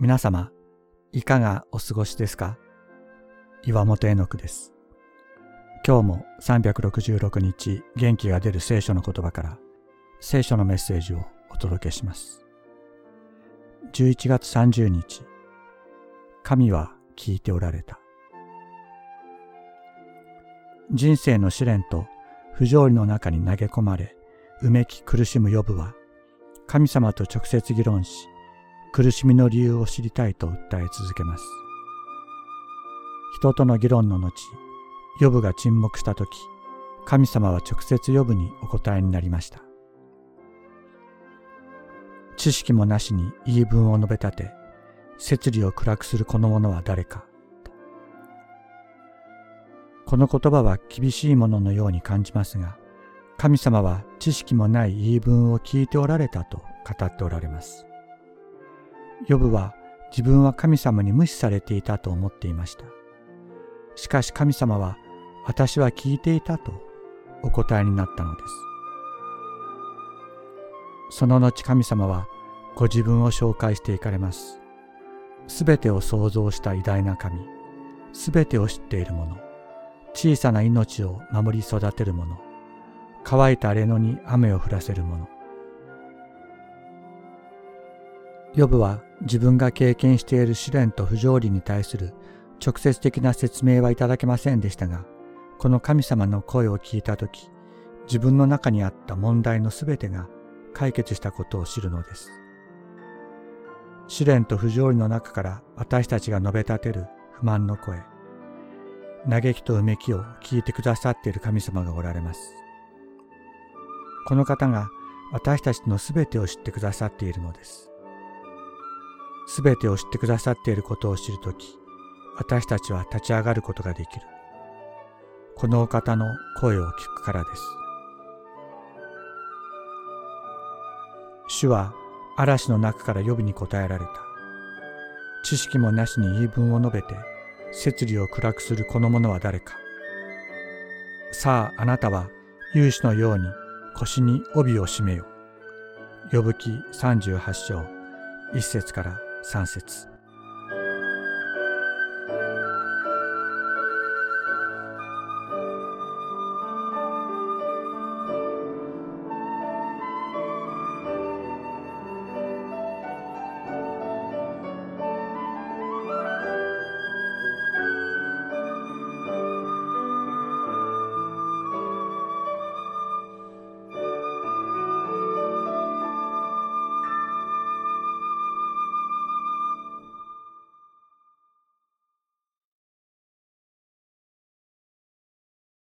皆様、いかがお過ごしですか？岩本絵の句です。今日も366日元気が出る聖書の言葉から聖書のメッセージをお届けします。11月30日、神は聞いておられた。人生の試練と不条理の中に投げ込まれ、うめき苦しむヨブは、神様と直接議論し、苦しみの理由を知りたいと訴え続けます。人との議論の後、ヨブが沈黙したとき、神様は直接ヨブにお答えになりました。知識もなしに言い分を述べ立て、摂理を暗くするこの者は誰かと。この言葉は厳しいもののように感じますが、神様は知識もない言い分を聞いておられたと語っておられます。ヨブは自分は神様に無視されていたと思っていました。しかし神様は私は聞いていたとお答えになったのです。その後神様はご自分を紹介していかれます。すべてを創造した偉大な神、すべてを知っている者、小さな命を守り育てる者、乾いた荒れ野に雨を降らせる者。ヨブは自分が経験している試練と不条理に対する直接的な説明はいただけませんでしたが、この神様の声を聞いたとき、自分の中にあった問題のすべてが解決したことを知るのです。試練と不条理の中から私たちが述べ立てる不満の声、嘆きとうめきを聞いてくださっている神様がおられます。この方が私たちのすべてを知ってくださっているのです。すべてを知ってくださっていることを知るとき、私たちは立ち上がることができる。このお方の声を聞くからです。主は嵐の中からヨブに答えられた。知識もなしに言い分を述べて、摂理を暗くするこの者は誰か。さああなたは勇士のように腰に帯を締めよ。ヨブ記38章1節から3節。